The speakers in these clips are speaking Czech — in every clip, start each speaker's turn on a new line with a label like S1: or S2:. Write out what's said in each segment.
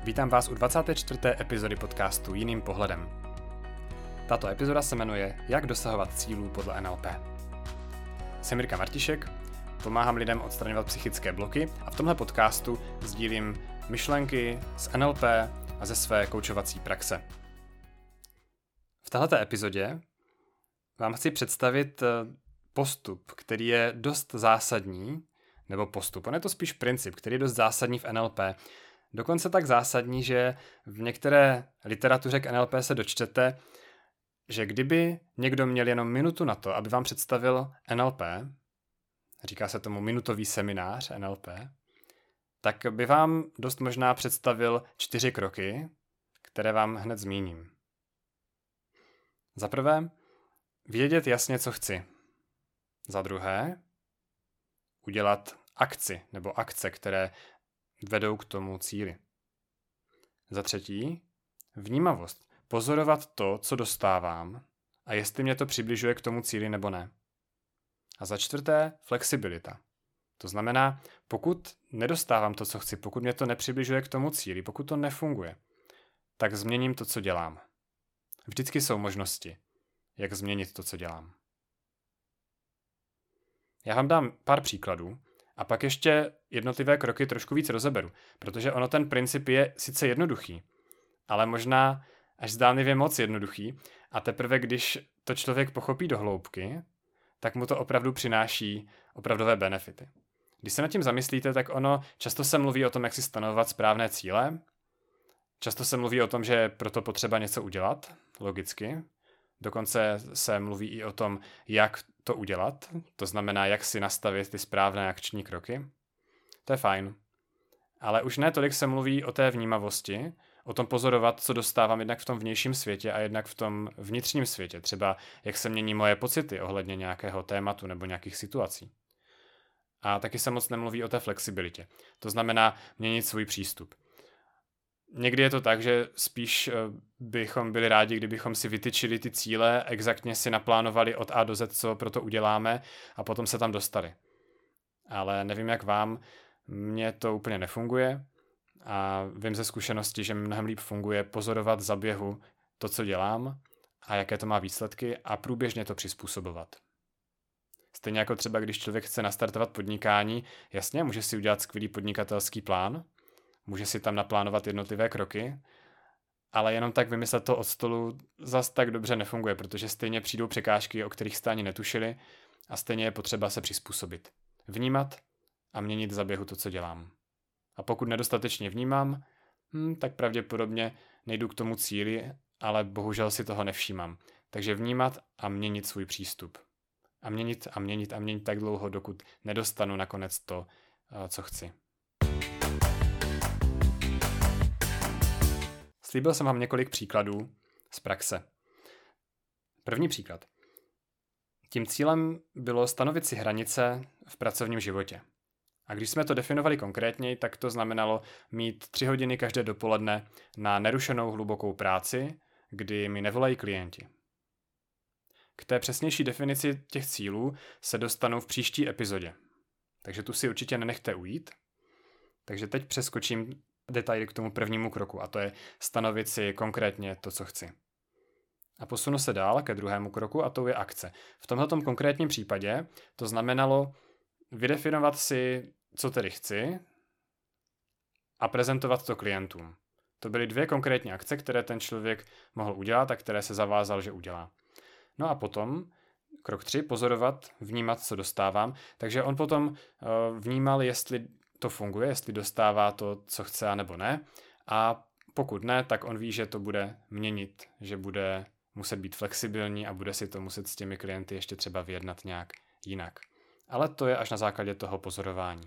S1: Vítám vás u 24. epizody podcastu Jiným pohledem. Tato epizoda se jmenuje Jak dosahovat cílů podle NLP. Jsem Jirka Martišek, pomáhám lidem odstraňovat psychické bloky a v tomhle podcastu sdílím myšlenky z NLP a ze své koučovací praxe. V této epizodě vám chci představit postup, který je dost zásadní, nebo postup, on je to spíš princip, který je dost zásadní v NLP. Dokonce tak zásadní, že v některé literatuře k NLP se dočtete, že kdyby někdo měl jenom minutu na to, aby vám představil NLP, říká se tomu minutový seminář NLP, tak by vám dost možná představil 4 kroky, které vám hned zmíním. Za prvé, vědět jasně, co chci. Za druhé, udělat akci nebo akce, které vedou k tomu cíli. Za třetí, vnímavost. Pozorovat to, co dostávám a jestli mě to přibližuje k tomu cíli nebo ne. A za čtvrté, flexibilita. To znamená, pokud nedostávám to, co chci, pokud mě to nepřibližuje k tomu cíli, pokud to nefunguje, tak změním to, co dělám. Vždycky jsou možnosti, jak změnit to, co dělám. Já vám dám pár příkladů a pak ještě jednotlivé kroky trošku víc rozeberu, protože ono ten princip je sice jednoduchý, ale možná až zdánlivě moc jednoduchý a teprve když to člověk pochopí do hloubky, tak mu to opravdu přináší opravdové benefity. Když se nad tím zamyslíte, tak ono často se mluví o tom, jak si stanovovat správné cíle, často se mluví o tom, že je proto potřeba něco udělat, logicky, dokonce se mluví i o tom, jak to udělat, to znamená, jak si nastavit ty správné akční kroky. To je fajn. Ale už ne tolik se mluví o té vnímavosti, o tom pozorovat, co dostávám jednak v tom vnějším světě a jednak v tom vnitřním světě. Třeba jak se mění moje pocity ohledně nějakého tématu nebo nějakých situací. A taky se moc nemluví o té flexibilitě. To znamená měnit svůj přístup. Někdy je to tak, že spíš bychom byli rádi, kdybychom si vytyčili ty cíle, exaktně si naplánovali od A do Z, co pro to uděláme a potom se tam dostali. Ale nevím, jak vám, mně to úplně nefunguje a vím ze zkušenosti, že mnohem líp funguje pozorovat za běhu to, co dělám a jaké to má výsledky a průběžně to přizpůsobovat. Stejně jako třeba, když člověk chce nastartovat podnikání, jasně, může si udělat skvělý podnikatelský plán, může si tam naplánovat jednotlivé kroky, ale jenom tak vymyslet to od stolu zas tak dobře nefunguje, protože stejně přijdou překážky, o kterých jste ani netušili a stejně je potřeba se přizpůsobit. Vnímat a měnit za běhu to, co dělám. A pokud nedostatečně vnímám, tak pravděpodobně nejdu k tomu cíli, ale bohužel si toho nevšímám. Takže vnímat a měnit svůj přístup. A měnit a měnit a měnit tak dlouho, dokud nedostanu nakonec to, co chci. Slíbil jsem vám několik příkladů z praxe. První příklad. Tím cílem bylo stanovit si hranice v pracovním životě. A když jsme to definovali konkrétněji, tak to znamenalo mít 3 hodiny každé dopoledne na nerušenou hlubokou práci, kdy mi nevolají klienti. K té přesnější definici těch cílů se dostanu v příští epizodě. Takže tu si určitě nenechte ujít. Takže teď přeskočím detaily k tomu prvnímu kroku a to je stanovit si konkrétně to, co chci. A posunu se dál ke druhému kroku a to je akce. V tomhletom konkrétním případě to znamenalo vydefinovat si, co tedy chci a prezentovat to klientům. To byly 2 konkrétní akce, které ten člověk mohl udělat a které se zavázal, že udělá. No a potom krok 3, pozorovat, vnímat, co dostávám. Takže on potom vnímal, jestli to funguje, jestli dostává to, co chce, a nebo ne. A pokud ne, tak on ví, že to bude měnit, že bude muset být flexibilní a bude si to muset s těmi klienty ještě třeba vyjednat nějak jinak. Ale to je až na základě toho pozorování.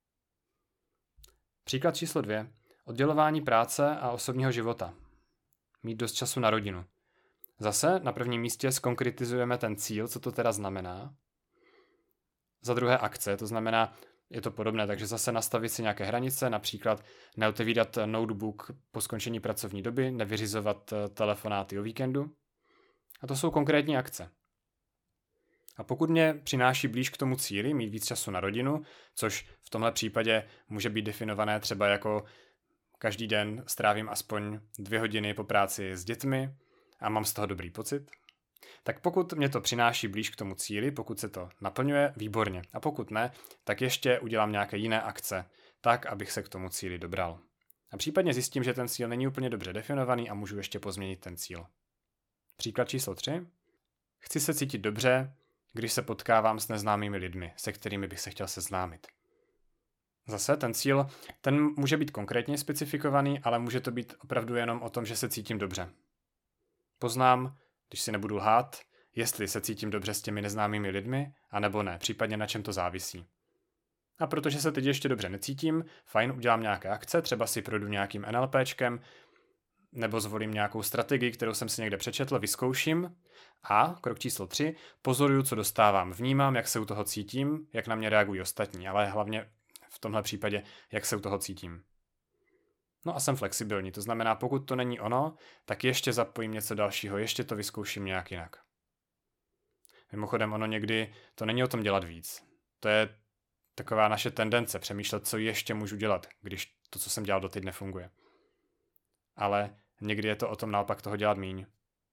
S1: Příklad číslo 2. Oddělování práce a osobního života. Mít dost času na rodinu. Zase na prvním místě zkonkretizujeme ten cíl, co to teda znamená. Za druhé akce, to znamená, je to podobné, takže zase nastavit si nějaké hranice, například neotevírat notebook po skončení pracovní doby, nevyřizovat telefonáty o víkendu. A to jsou konkrétní akce. A pokud mě přináší blíž k tomu cíli, mít víc času na rodinu, což v tomhle případě může být definované třeba jako každý den strávím aspoň 2 hodiny po práci s dětmi a mám z toho dobrý pocit, tak pokud mě to přináší blíž k tomu cíli, pokud se to naplňuje, výborně. A pokud ne, tak ještě udělám nějaké jiné akce, tak, abych se k tomu cíli dobral. A případně zjistím, že ten cíl není úplně dobře definovaný a můžu ještě pozměnit ten cíl. Příklad číslo 3. Chci se cítit dobře, když se potkávám s neznámými lidmi, se kterými bych se chtěl seznámit. Zase ten cíl, ten může být konkrétně specifikovaný, ale může to být opravdu jenom o tom, že se cítím dobře. Poznám, když si nebudu lhát, jestli se cítím dobře s těmi neznámými lidmi, anebo ne, případně na čem to závisí. A protože se teď ještě dobře necítím, fajn, udělám nějaké akce, třeba si projdu nějakým NLPčkem, nebo zvolím nějakou strategii, kterou jsem si někde přečetl, vyzkouším. A krok číslo 3, pozoruju, co dostávám, vnímám, jak se u toho cítím, jak na mě reagují ostatní, ale hlavně v tomhle případě, jak se u toho cítím. No a jsem flexibilní, to znamená, pokud to není ono, tak ještě zapojím něco dalšího, ještě to vyzkouším nějak jinak. Mimochodem, ono někdy to není o tom dělat víc. To je taková naše tendence přemýšlet, co ještě můžu dělat, když to, co jsem dělal doteď, nefunguje. Ale někdy je to o tom naopak toho dělat míň.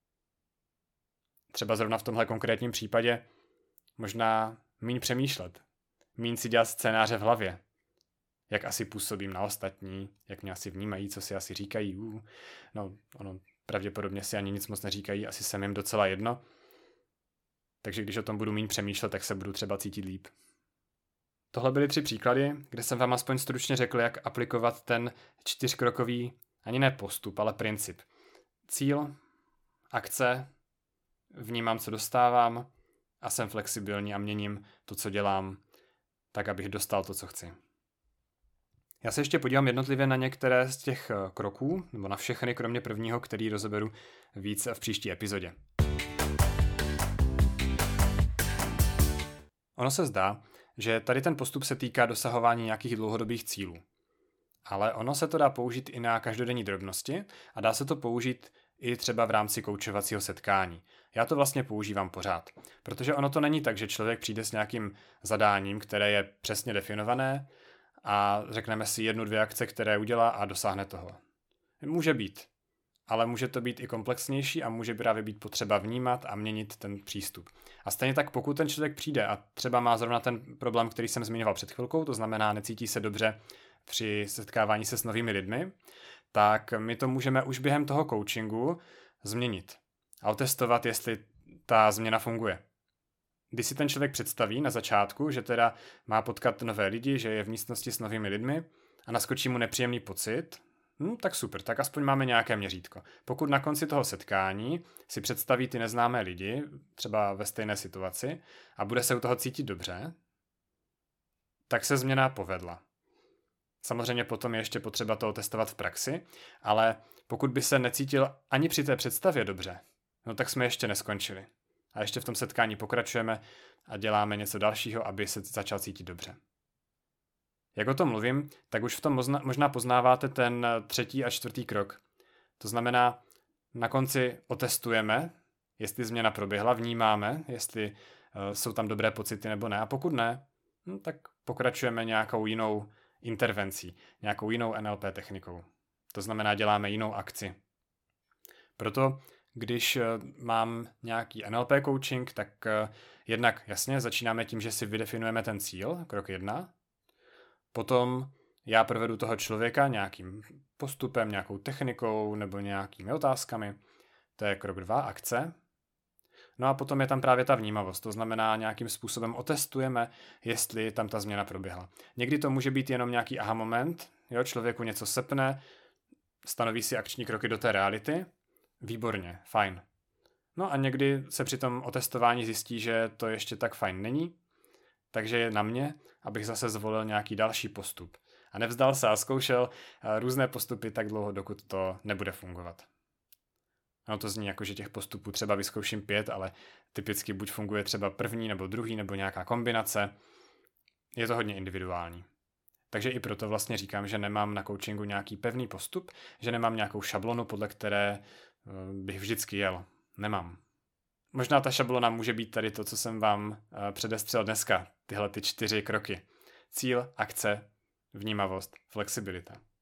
S1: Třeba zrovna v tomhle konkrétním případě možná míň přemýšlet. Míň si dělat scénáře v hlavě. Jak asi působím na ostatní, jak mě asi vnímají, co si asi říkají. No, ono pravděpodobně si ani nic moc neříkají, asi jsem jim docela jedno. Takže když o tom budu míň přemýšlet, tak se budu třeba cítit líp. Tohle byly 3 příklady, kde jsem vám aspoň stručně řekl, jak aplikovat ten 4krokový, ani ne postup, ale princip. Cíl, akce, vnímám, co dostávám a jsem flexibilní a měním to, co dělám, tak, abych dostal to, co chci. Já se ještě podívám jednotlivě na některé z těch kroků, nebo na všechny, kromě prvního, který rozeberu víc v příští epizodě. Ono se zdá, že tady ten postup se týká dosahování nějakých dlouhodobých cílů. Ale ono se to dá použít i na každodenní drobnosti a dá se to použít i třeba v rámci koučovacího setkání. Já to vlastně používám pořád, protože ono to není tak, že člověk přijde s nějakým zadáním, které je přesně definované a řekneme si 1-2 akce, které udělá a dosáhne toho. Může být, ale může to být i komplexnější a může právě být potřeba vnímat a měnit ten přístup. A stejně tak, pokud ten člověk přijde a třeba má zrovna ten problém, který jsem zmiňoval před chvilkou, to znamená necítí se dobře při setkávání se s novými lidmi, tak my to můžeme už během toho coachingu změnit a otestovat, jestli ta změna funguje. Když si ten člověk představí na začátku, že teda má potkat nové lidi, že je v místnosti s novými lidmi a naskočí mu nepříjemný pocit, tak super, tak aspoň máme nějaké měřítko. Pokud na konci toho setkání si představí ty neznámé lidi, třeba ve stejné situaci, a bude se u toho cítit dobře, tak se změna povedla. Samozřejmě potom je ještě potřeba to testovat v praxi, ale pokud by se necítil ani při té představě dobře, no tak jsme ještě neskončili. A ještě v tom setkání pokračujeme a děláme něco dalšího, aby se začal cítit dobře. Jak o tom mluvím, tak už v tom možná poznáváte ten 3. a 4. krok. To znamená, na konci otestujeme, jestli změna proběhla, vnímáme, jestli jsou tam dobré pocity nebo ne. A pokud ne, tak pokračujeme nějakou jinou intervencí, nějakou jinou NLP technikou. To znamená, děláme jinou akci. Proto, když mám nějaký NLP coaching, tak jednak jasně začínáme tím, že si vydefinujeme ten cíl, krok 1. Potom já provedu toho člověka nějakým postupem, nějakou technikou nebo nějakými otázkami. To je krok 2, akce. No a potom je tam právě ta vnímavost, to znamená nějakým způsobem otestujeme, jestli tam ta změna proběhla. Někdy to může být jenom nějaký aha moment, člověku něco sepne, stanoví si akční kroky do té reality, výborně, fajn. No a někdy se při tom otestování zjistí, že to ještě tak fajn není, takže je na mě, abych zase zvolil nějaký další postup. A nevzdal se a zkoušel různé postupy tak dlouho, dokud to nebude fungovat. No to zní jako, že těch postupů třeba vyzkouším 5, ale typicky buď funguje třeba první nebo druhý nebo nějaká kombinace. Je to hodně individuální. Takže i proto vlastně říkám, že nemám na coachingu nějaký pevný postup, že nemám nějakou šablonu, podle které bych vždycky jel. Nemám. Možná ta šablona může být tady to, co jsem vám předestřel dneska, tyhle ty 4 kroky. Cíl, akce, vnímavost, flexibilita.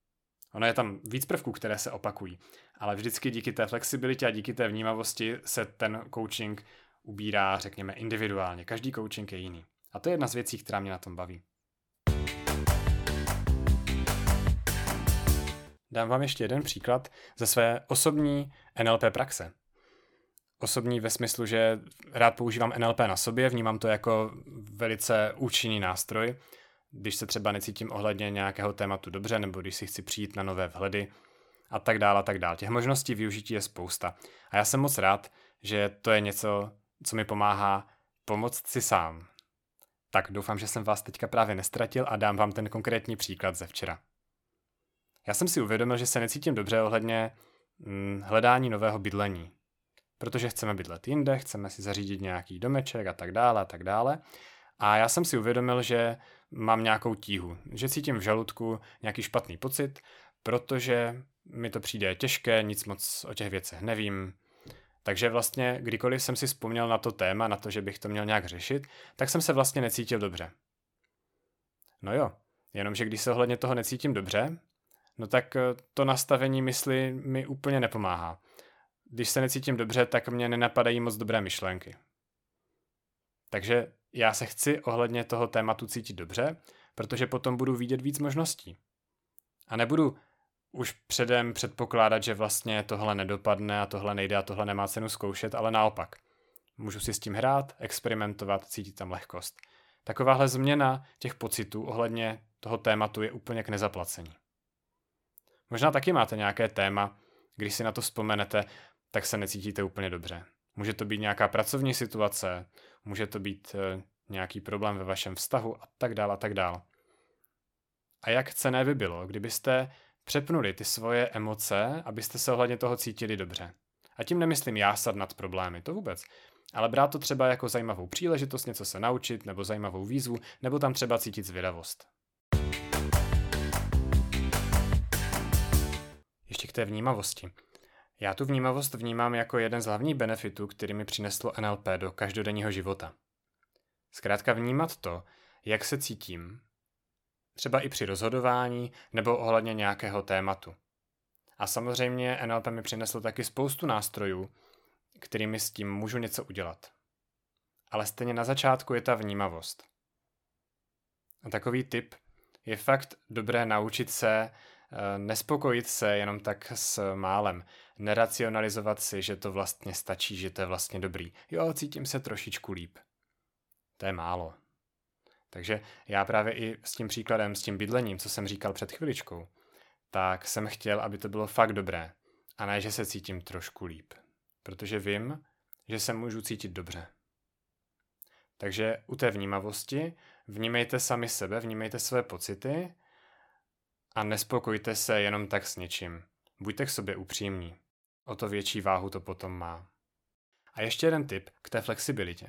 S1: Ono je tam víc prvků, které se opakují, ale vždycky díky té flexibilitě a díky té vnímavosti se ten coaching ubírá, řekněme, individuálně. Každý coaching je jiný. A to je jedna z věcí, která mě na tom baví. Dám vám ještě jeden příklad ze své osobní NLP praxe. Osobní ve smyslu, že rád používám NLP na sobě, vnímám to jako velice účinný nástroj, když se třeba necítím ohledně nějakého tématu dobře, nebo když si chci přijít na nové vhledy a tak dále, a tak dále. Těch možností využití je spousta. A já jsem moc rád, že to je něco, co mi pomáhá pomoct si sám. Tak doufám, že jsem vás teďka právě nestratil a dám vám ten konkrétní příklad ze včera. Já jsem si uvědomil, že se necítím dobře ohledně hledání nového bydlení. Protože chceme bydlet jinde, chceme si zařídit nějaký domeček a tak dále, a tak dále. A já jsem si uvědomil, že mám nějakou tíhu, že cítím v žaludku nějaký špatný pocit, protože mi to přijde těžké, nic moc o těch věcech nevím. Takže vlastně kdykoliv jsem si vzpomněl na to téma, na to, že bych to měl nějak řešit, tak jsem se vlastně necítil dobře. No jo, jenomže když se ohledně toho necítím dobře, no tak to nastavení mysli mi úplně nepomáhá. Když se necítím dobře, tak mě nenapadají moc dobré myšlenky. Takže já se chci ohledně toho tématu cítit dobře, protože potom budu vidět víc možností. A nebudu už předem předpokládat, že vlastně tohle nedopadne a tohle nejde a tohle nemá cenu zkoušet, ale naopak. Můžu si s tím hrát, experimentovat, cítit tam lehkost. Takováhle změna těch pocitů ohledně toho tématu je úplně k nezaplacení. Možná taky máte nějaké téma, když si na to vzpomenete, tak se necítíte úplně dobře. Může to být nějaká pracovní situace, může to být nějaký problém ve vašem vztahu a tak dále a tak dále. A jak cenné by bylo, kdybyste přepnuli ty svoje emoce, abyste se ohledně toho cítili dobře. A tím nemyslím jásat nad problémy, to vůbec. Ale brát to třeba jako zajímavou příležitost něco se naučit, nebo zajímavou výzvu, nebo tam třeba cítit zvědavost. Ještě k té vnímavosti. Já tu vnímavost vnímám jako jeden z hlavních benefitů, který mi přineslo NLP do každodenního života. Zkrátka vnímat to, jak se cítím, třeba i při rozhodování nebo ohledně nějakého tématu. A samozřejmě NLP mi přineslo taky spoustu nástrojů, kterými s tím můžu něco udělat. Ale stejně na začátku je ta vnímavost. A takový tip je fakt dobré naučit se nespokojit se jenom tak s málem. Neracionalizovat si, že to vlastně stačí, že to je vlastně dobrý. Jo, cítím se trošičku líp. To je málo. Takže já právě i s tím příkladem, s tím bydlením, co jsem říkal před chviličkou, tak jsem chtěl, aby to bylo fakt dobré. A ne, že se cítím trošku líp. Protože vím, že se můžu cítit dobře. Takže u té vnímavosti vnímejte sami sebe, vnímejte své pocity a nespokojte se jenom tak s něčím. Buďte k sobě upřímní. O to větší váhu to potom má. A ještě jeden tip k té flexibilitě.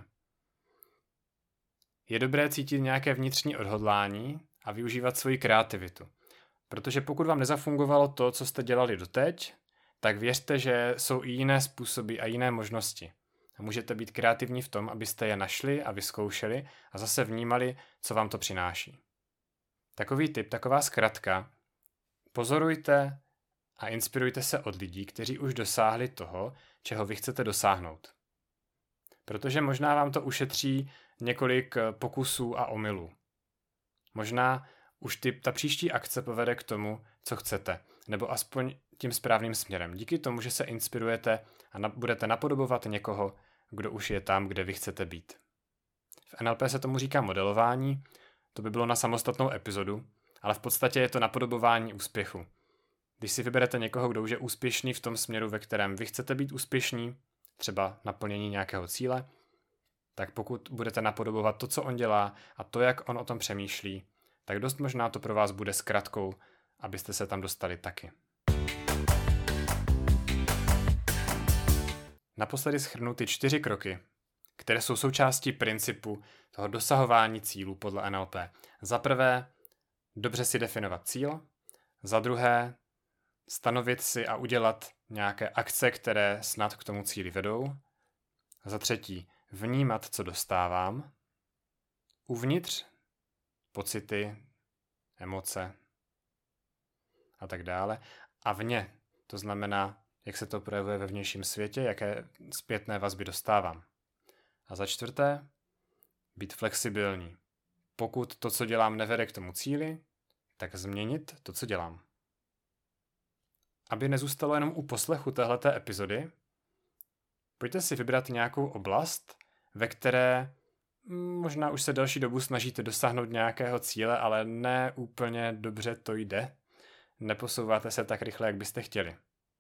S1: Je dobré cítit nějaké vnitřní odhodlání a využívat svoji kreativitu. Protože pokud vám nezafungovalo to, co jste dělali doteď, tak věřte, že jsou i jiné způsoby a jiné možnosti. A můžete být kreativní v tom, abyste je našli a vyzkoušeli a zase vnímali, co vám to přináší. Takový tip, taková zkratka, pozorujte a inspirujte se od lidí, kteří už dosáhli toho, čeho vy chcete dosáhnout. Protože možná vám to ušetří několik pokusů a omylů. Možná už ta příští akce povede k tomu, co chcete, nebo aspoň tím správným směrem. Díky tomu, že se inspirujete a budete napodobovat někoho, kdo už je tam, kde vy chcete být. V NLP se tomu říká modelování, to by bylo na samostatnou epizodu, ale v podstatě je to napodobování úspěchu. Když si vyberete někoho, kdo už je úspěšný v tom směru, ve kterém vy chcete být úspěšní, třeba naplnění nějakého cíle, tak pokud budete napodobovat to, co on dělá a to, jak on o tom přemýšlí, tak dost možná to pro vás bude zkratkou, abyste se tam dostali taky. Naposledy shrnu ty 4 kroky, které jsou součástí principu toho dosahování cílů podle NLP. Za prvé, dobře si definovat cíl. Za druhé, stanovit si a udělat nějaké akce, které snad k tomu cíli vedou. Za třetí, vnímat, co dostávám. Uvnitř pocity, emoce. a tak dále. A vně, to znamená, jak se to projevuje ve vnějším světě, jaké zpětné vazby dostávám. A za čtvrté, být flexibilní. Pokud to, co dělám, nevede k tomu cíli, tak změnit to, co dělám. Aby nezůstalo jenom u poslechu téhleté epizody, pojďte si vybrat nějakou oblast, ve které možná už se delší dobu snažíte dosáhnout nějakého cíle, ale ne úplně dobře to jde. Neposouváte se tak rychle, jak byste chtěli.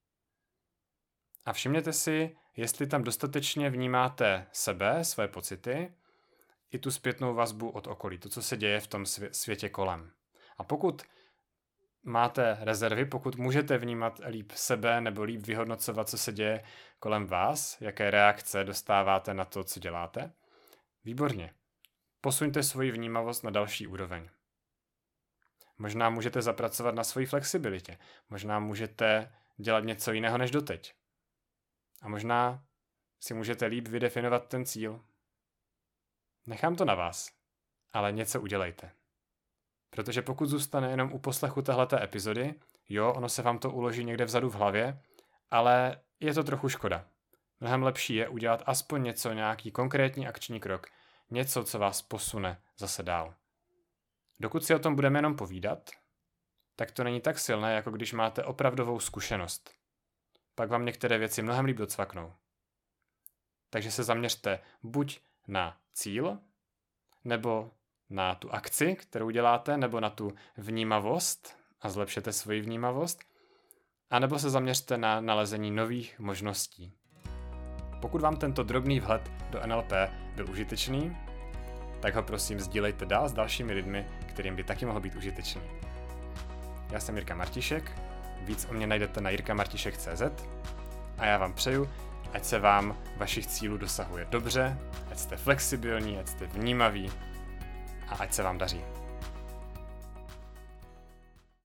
S1: A všimněte si, jestli tam dostatečně vnímáte sebe, své pocity, i tu zpětnou vazbu od okolí, to, co se děje v tom světě kolem. A pokud máte rezervy, pokud můžete vnímat líp sebe nebo líp vyhodnocovat, co se děje kolem vás, jaké reakce dostáváte na to, co děláte, výborně. Posuňte svoji vnímavost na další úroveň. Možná můžete zapracovat na svoji flexibilitě. Možná můžete dělat něco jiného než doteď. A možná si můžete líp vydefinovat ten cíl. Nechám to na vás, ale něco udělejte. Protože pokud zůstane jenom u poslechu téhleté epizody, jo, ono se vám to uloží někde vzadu v hlavě, ale je to trochu škoda. Mnohem lepší je udělat aspoň něco, nějaký konkrétní akční krok, něco, co vás posune zase dál. Dokud si o tom budeme jenom povídat, tak to není tak silné, jako když máte opravdovou zkušenost. Pak vám některé věci mnohem líp docvaknou. Takže se zaměřte buď na cíl, nebo na tu akci, kterou děláte, nebo na tu vnímavost a zlepšete svoji vnímavost, anebo se zaměřte na nalezení nových možností. Pokud vám tento drobný vhled do NLP byl užitečný, tak ho prosím sdílejte dál s dalšími lidmi, kterým by taky mohl být užitečný. Já jsem Jirka Martišek, víc o mě najdete na jirkamartišek.cz a já vám přeju, ať se vám vašich cílů dosahuje dobře, ať jste flexibilní, ať jste vnímaví a ať se vám daří.